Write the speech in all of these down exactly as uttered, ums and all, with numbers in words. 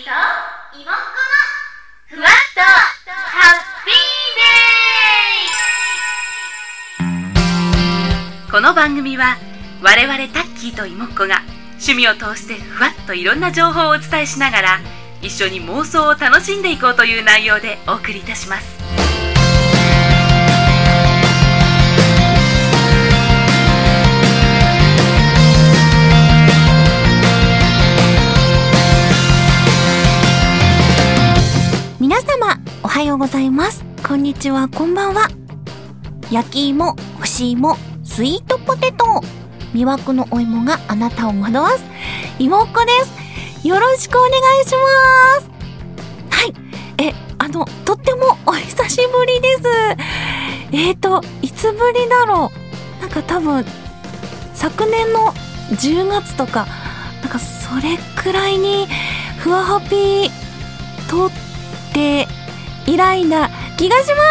と妹っ子のふわっとハッピーデイ。この番組は我々タッキーと妹っ子が趣味を通してふわっといろんな情報をお伝えしながら一緒に妄想を楽しんでいこうという内容でお送りいたします。 皆様おはようございます。こんにちは、こんばんは。焼き芋、干し芋、スイートポテト、魅惑のお芋があなたを惑わす妹っ子です。よろしくお願いします。はい、え、あのとってもお久しぶりです。えーといつぶりだろう。なんか多分昨年のじゅうがつとか、なんかそれくらいにふわハピ撮って以来な気がします。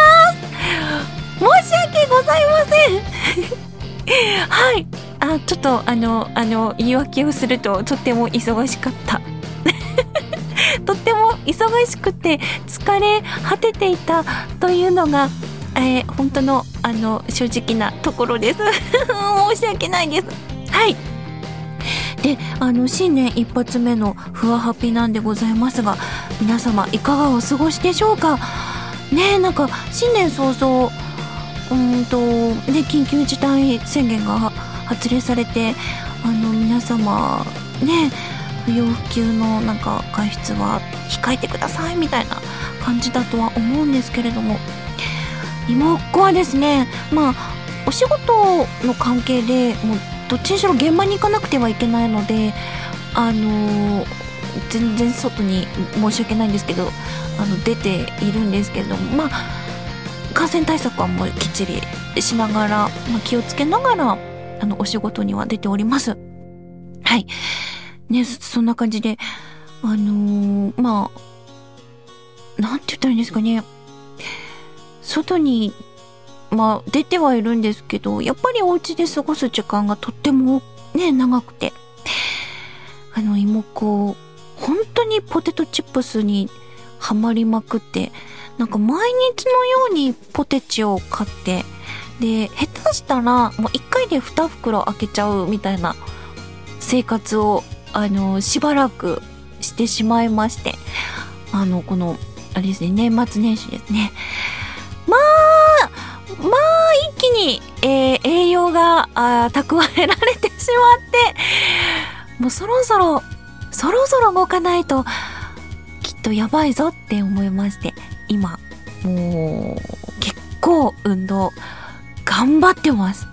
申し訳ございませんはい、あ、ちょっとあのあの言い訳をすると、とっても忙しかったとっても忙しくて疲れ果てていたというのが、えー、本当のあの正直なところです申し訳ないです。はい。で、あの新年一発目のふわハピなんでございますが、皆様いかがお過ごしでしょうかね。え、なんか新年早々うーんとね、緊急事態宣言が発令されて、あの皆様ね、不要不急のなんか外出は控えてくださいみたいな感じだとは思うんですけれども、妹っ子はですね、まあお仕事の関係でもうどっちにしろ現場に行かなくてはいけないので、あのー、全然外に申し訳ないんですけど、あの出ているんですけれども、まあ感染対策はもうきっちりしながら、まあ、気をつけながらあのお仕事には出ております。はいね、そんな感じで、あのー、まあなんて言ったらいいんですかね、外にまあ出てはいるんですけど、やっぱりお家で過ごす時間がとってもね長くて、あの妹っ子本当にポテトチップスにハマりまくって、なんか毎日のようにポテチを買って、で下手したらもういっかいでに袋開けちゃうみたいな生活をあのしばらくしてしまいまして、あのこのあれですね、年末年始ですね、まあまあ一気に、えー、栄養があ蓄えられてしまって、もうそろそろそろそろ動かないときっとやばいぞって思いまして、今もう結構運動頑張ってます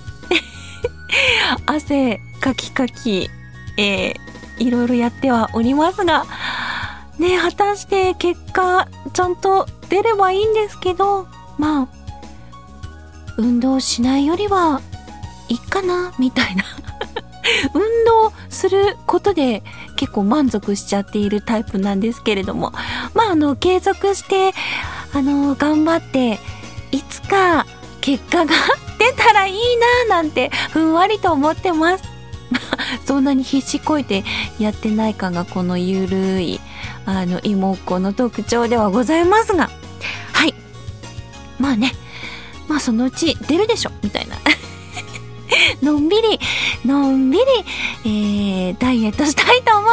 汗かきかき、えー、いろいろやってはおりますがね、果たして結果ちゃんと出ればいいんですけど、まあ運動しないよりはいいかなみたいな運動することで結構満足しちゃっているタイプなんですけれども、まああの継続してあの頑張っていつか結果が出たらいいななんてふんわりと思ってますそんなに必死こいてやってない感がこのゆるいあの妹っ子の特徴ではございますが、はい、まあね、まあそのうち出るでしょみたいなのんびりのんびり、えー、ダイエットしたいと思います。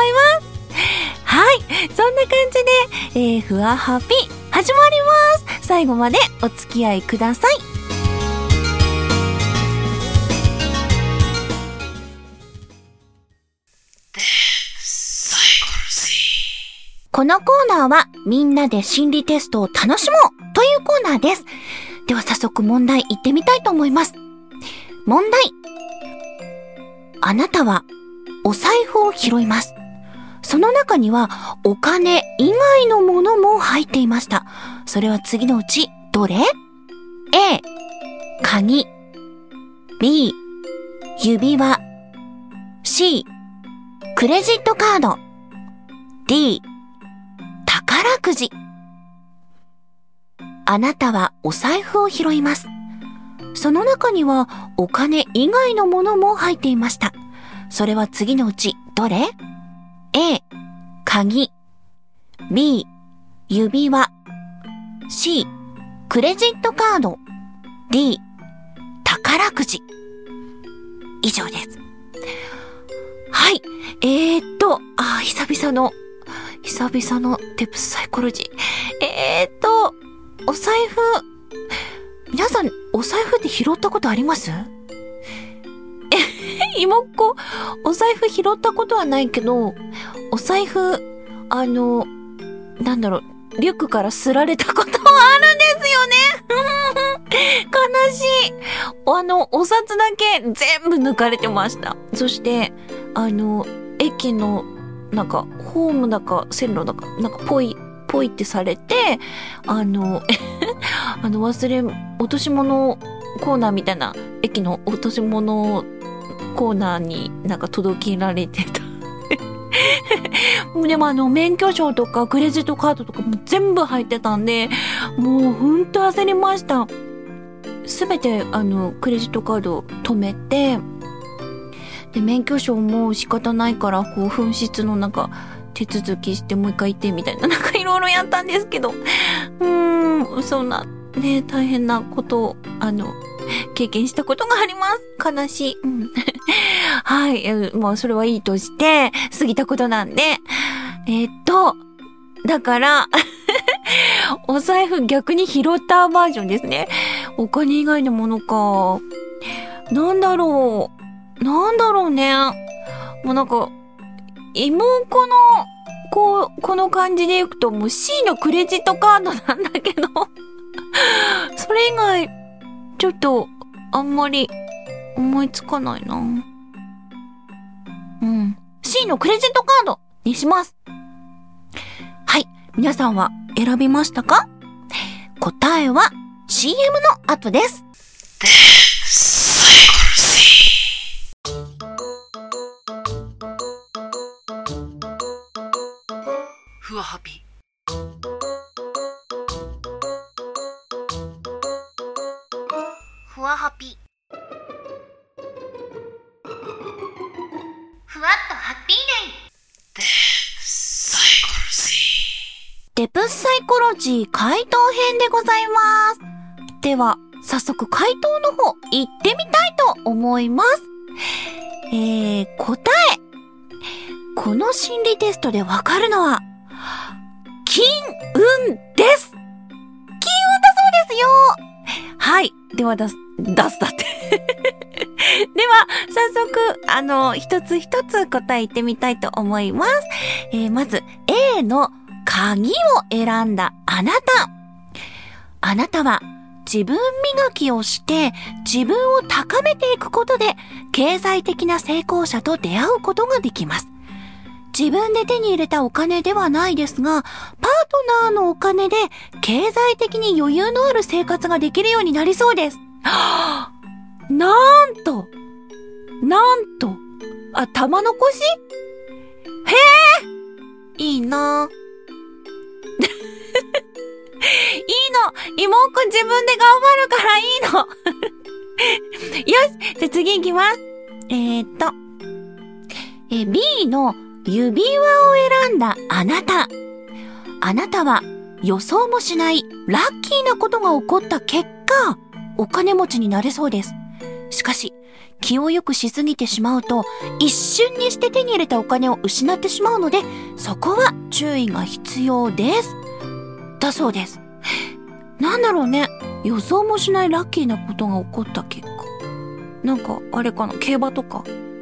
はい、そんな感じで、えー、ふわハピ始まります。最後までお付き合いください。このコーナーはみんなで心理テストを楽しもうというコーナーです。では早速問題いってみたいと思います。問題。あなたはお財布を拾います。その中にはお金以外のものも入っていました。それは次のうちどれ？ A、鍵。B、指輪。C、クレジットカード。D、宝くじ。あなたはお財布を拾います。その中にはお金以外のものも入っていました。それは次のうちどれ？ A、鍵。 B、指輪。C、クレジットカード。D、宝くじ。以上です。はい。えーっと、あー、久々の、久々のデプスサイコロジー。えーっと、お財布、皆さん、お財布って拾ったことあります？え、妹っ子、お財布拾ったことはないけど、お財布、あの、なんだろう、リュックからすられたことはあるんですよね。悲しい。あの、お札だけ全部抜かれてました。そして、あの、駅の、なんか、ホームだか、線路だか、なんか、ぽい、ぽいってされて、あの、あの、忘れ、落とし物コーナーみたいな、駅の落とし物コーナーになんか届けられてた。でもあの、免許証とかクレジットカードとかも全部入ってたんで、もうほんと焦りました。すべてあの、クレジットカード止めて、で、免許証も仕方ないから、こう、紛失のなんか、手続きしてもう一回行ってみたいな、なんかいろいろやったんですけど、うーん、そんな、ね、大変なことを、あの、経験したことがあります。悲しい。うん、はい、えまあ、それはいいとして、過ぎたことなんで、えー、っと、だから、お財布逆に拾ったバージョンですね。お金以外のものか。なんだろう。なんだろうね。もうなんか、妹の、こう、この感じでいくと、もう C のクレジットカードなんだけど、それ以外、ちょっと、あんまり、思いつかないな。うん。C のクレジットカードにします。はい。皆さんは選びましたか？答えは シーエム の後です。 ふわハピ。 ふわハピ。ふわっとハッピーデイ。 デプスサイコロジー回答編でございます。では、早速回答の方行ってみたいと思います。えー、答え。この心理テストでわかるのは、金運です。金運だそうですよ。はい。では出す、出すだって。では、早速、あの、一つ一つ答えてみたいと思います。えー、まず、A の鍵を選んだあなた。あなたは、自分磨きをして、自分を高めていくことで、経済的な成功者と出会うことができます。自分で手に入れたお金ではないですが、パートナーのお金で経済的に余裕のある生活ができるようになりそうです。はぁ、なんと、なんと、あ、玉残し？へえ、いいな。いいの、妹子自分で頑張るからいいの。よし、じゃあ次行きます。えーっと、え、B の指輪を選んだあなた。あなたは予想もしないラッキーなことが起こった結果、お金持ちになれそうです。しかし、気を良くしすぎてしまうと、一瞬にして手に入れたお金を失ってしまうので、そこは注意が必要です。だそうです。なんだろうね。予想もしないラッキーなことが起こった結果。なんか、あれかな、競馬とか。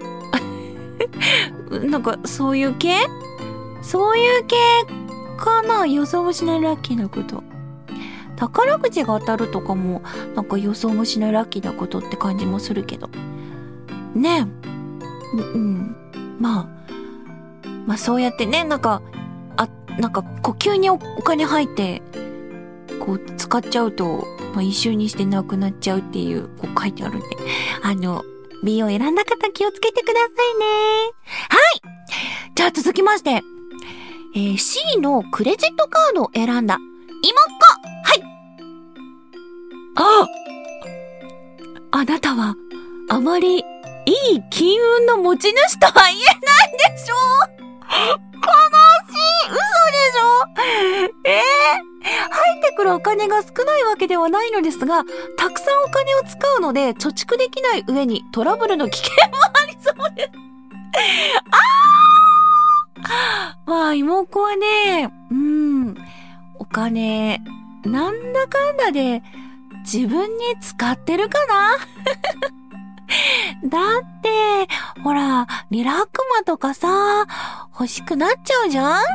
なんか、そういう系そういう系かな。予想もしないラッキーなこと。宝くじが当たるとかも、なんか予想もしないラッキーなことって感じもするけど。ねえ。うん、うん。まあ。まあそうやってね、なんか、あ、なんか、呼吸に お, お金入って、こう、使っちゃうと、まあ一瞬にしてなくなっちゃうっていう、こう書いてあるんで。あの、B を選んだ方気をつけてくださいね。はい。じゃあ続きまして、えー、C のクレジットカードを選んだ妹っ子。はい。ああ。あなたはあまりいい金運の持ち主とは言えないでしょ。悲しい。嘘でしょ。 金が少ないわけではないのですが、たくさんお金を使うので貯蓄できない上にトラブルの危険もありそうです。あーまあ、妹子はね、うん、お金、なんだかんだで自分に使ってるかなだって、ほら、リラックマとかさ、欲しくなっちゃうじゃん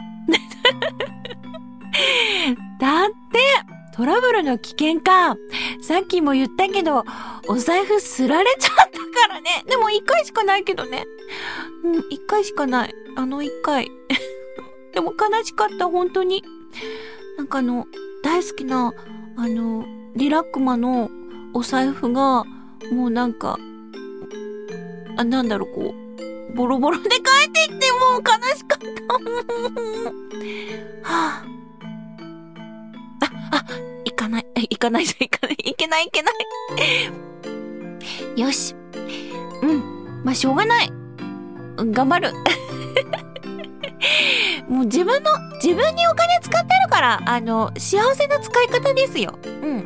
だって、トラブルの危険か。さっきも言ったけど、お財布すられちゃったからね。でも一回しかないけどね。うん、一回しかない。あの一回。でも悲しかった、本当に。なんかあの、大好きな、あの、リラックマのお財布が、もうなんか、あ、なんだろう、こう、ボロボロで帰ってきて、もう悲しかった。はぁ、あ。あ、あ、行かない。行かないじゃ行かない。行けない行けない。よし。うん。まあ、しょうがない。うん、頑張る。もう自分の、自分にお金使ってるから、あの、幸せな使い方ですよ。うん。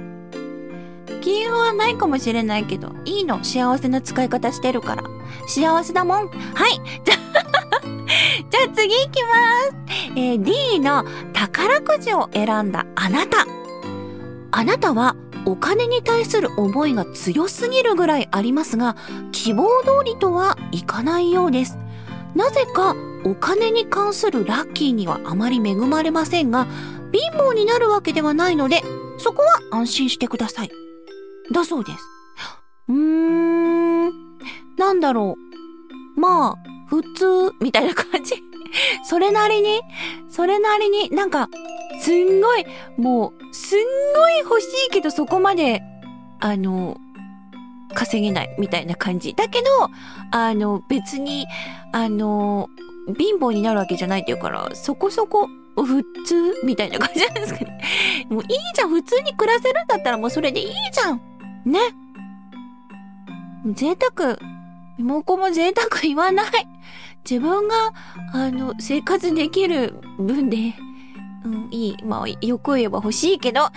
金運はないかもしれないけど、いいの。幸せな使い方してるから。幸せだもん。はい。じゃ、じゃあ次行きます。えー、D の宝くじを選んだあなた。あなたはお金に対する思いが強すぎるぐらいありますが、希望通りとはいかないようです。なぜかお金に関するラッキーにはあまり恵まれませんが、貧乏になるわけではないので、そこは安心してください。だそうです。うーん、なんだろう。まあ、普通、みたいな感じ。それなりに、それなりになんか、すんごい、もう、すんごい欲しいけどそこまで、あの、稼げないみたいな感じ。だけど、あの、別に、あの、貧乏になるわけじゃないっていうから、そこそこ、普通みたいな感じなんですかね。もういいじゃん。普通に暮らせるんだったらもうそれでいいじゃん。ね。贅沢。妹子も贅沢言わない。自分が、あの、生活できる分で、うん、いい。まあ、よく言えば欲しいけど。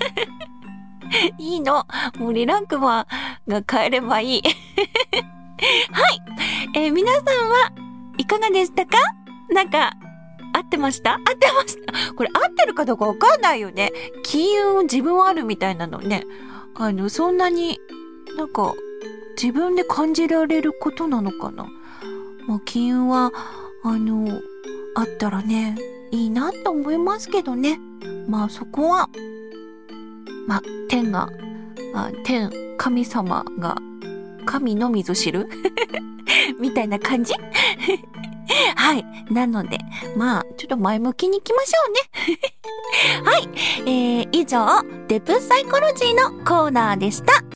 いいの。もうリラックマが買えればいい。はい。えー、皆さんはいかがでしたか？なんか、合ってました？合ってました。これ合ってるかどうかわかんないよね。金運自分あるみたいなのね。あの、そんなに、なんか、自分で感じられることなのかな。まあ、金運は、あの、あったらね、いいなと思いますけどね。まあ、そこは、まあ、天が、あ天、神様が、神のみぞ知るみたいな感じはい。なので、まあ、ちょっと前向きに行きましょうね。はい。えー、以上、デプサイコロジーのコーナーでした。はい。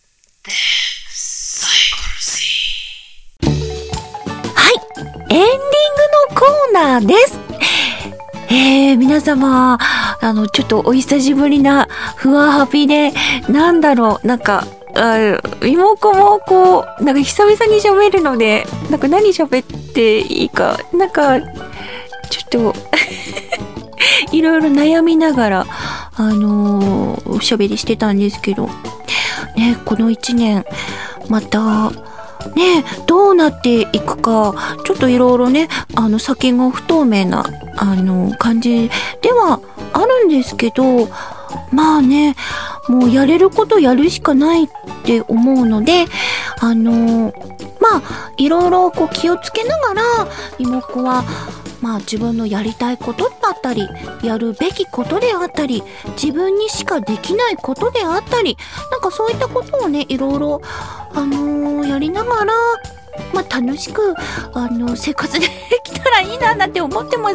エンディングのコーナーです。えー、皆様、あの、ちょっとお久しぶりな、ふわハピで、なんだろう、なんか、あ、妹子もこう、なんか久々に喋るので、なんか何喋っていいか、なんか、ちょっと、いろいろ悩みながら、あのー、おしゃべりしてたんですけど、ね、この一年、また、ね、どうなっていくか、ちょっといろいろね、あの、先が不透明な、あの、感じではあるんですけど、まあね、もうやれることやるしかないって思うので、あの、まあ、いろいろこう気をつけながら、妹子は、まあ自分のやりたいことだったり、やるべきことであったり、自分にしかできないことであったり、なんかそういったことをね、いろいろ、あのー、やりながら、まあ楽しく、あのー、生活できたらいいななんて思ってます。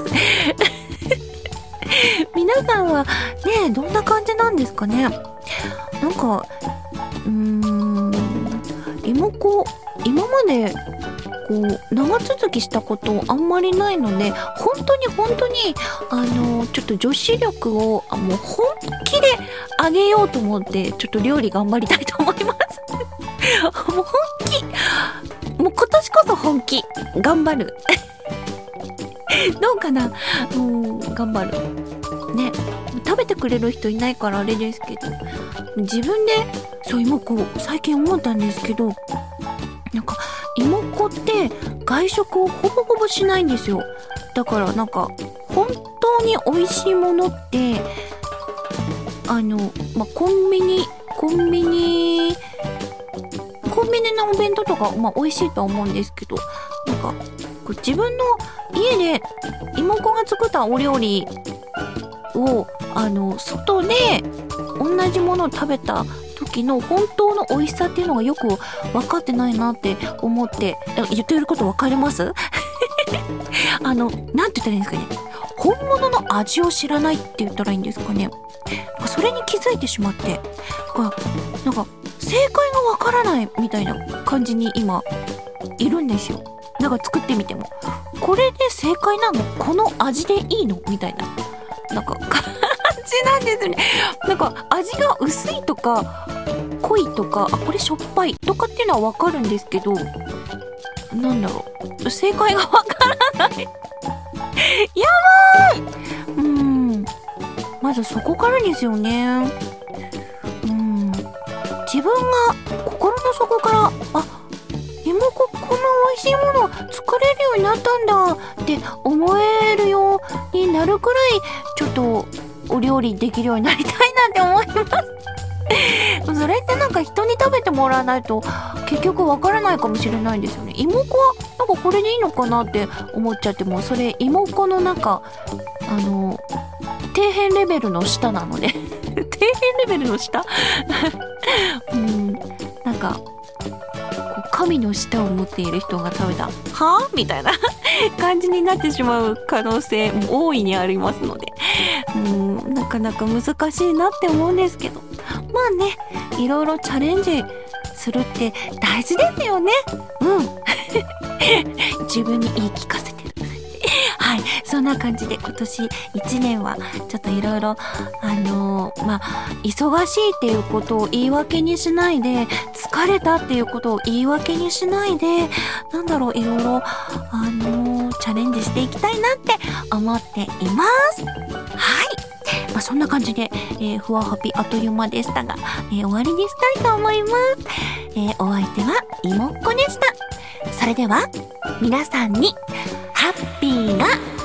皆さんはね、どんな感じなんですかね。なんか、うーん、妹子、今まで、こう長続きしたことあんまりないので、本当に本当にあのちょっと女子力をあもう本気で上げようと思って、ちょっと料理頑張りたいと思いますもう本気、もう今年こそ本気頑張るどうかな、うん、頑張るね、食べてくれる人いないからあれですけど、自分でそう妹子最近思ったんですけど、なんか妹子って外食をほぼほぼしないんですよ。だからなんか本当に美味しいものってあの、まあ、コンビニコンビニコンビニのお弁当とか、まあ、美味しいとは思うんですけど、なんかこう自分の家で妹子が作ったお料理をあの外で同じものを食べた時の本当の美味しさっていうのがよく分かってないなって思って、言ってること分かりますあの、なんて言ったらいいんですかね、本物の味を知らないって言ったらいいんですかね。それに気づいてしまって、なんか正解が分からないみたいな感じに今いるんですよ。なんか作ってみてもこれで正解なの、この味でいいのみたいななんか感じなんですね。なんか味が薄いとか濃いとか、あ、これしょっぱいとかっていうのは分かるんですけど、なんだろう、正解が分からないやばい。うーんまずそこからですよね。うん、自分が心の底から、あ、妹子この美味しいものを作れるようになったんだって思えるようになるくらい、ちょっとお料理できるようになりたいなって思いますそれってなんか人に食べてもらわないと結局わからないかもしれないんですよね。妹子はなんかこれでいいのかなって思っちゃっても、それ妹子のなんかあの底辺レベルの下なので底辺レベルの下うんなんか神の舌を持っている人が食べたはぁみたいな感じになってしまう可能性も大いにありますので、うんなかなか難しいなって思うんですけど、まあね、いろいろチャレンジするって大事ですよね。うん自分に言い聞かせてるはい、そんな感じで今年いちねんはちょっといろいろあのー、まあ忙しいっていうことを言い訳にしないで、疲れたっていうことを言い訳にしないで、なんだろう、いろいろあのー、チャレンジしていきたいなって思っています。はい、まあ、そんな感じで、えー、ふわハピあっという間でしたが、えー、終わりにしたいと思います。えー、お相手は妹っ子でした。それでは皆さんにハッピーな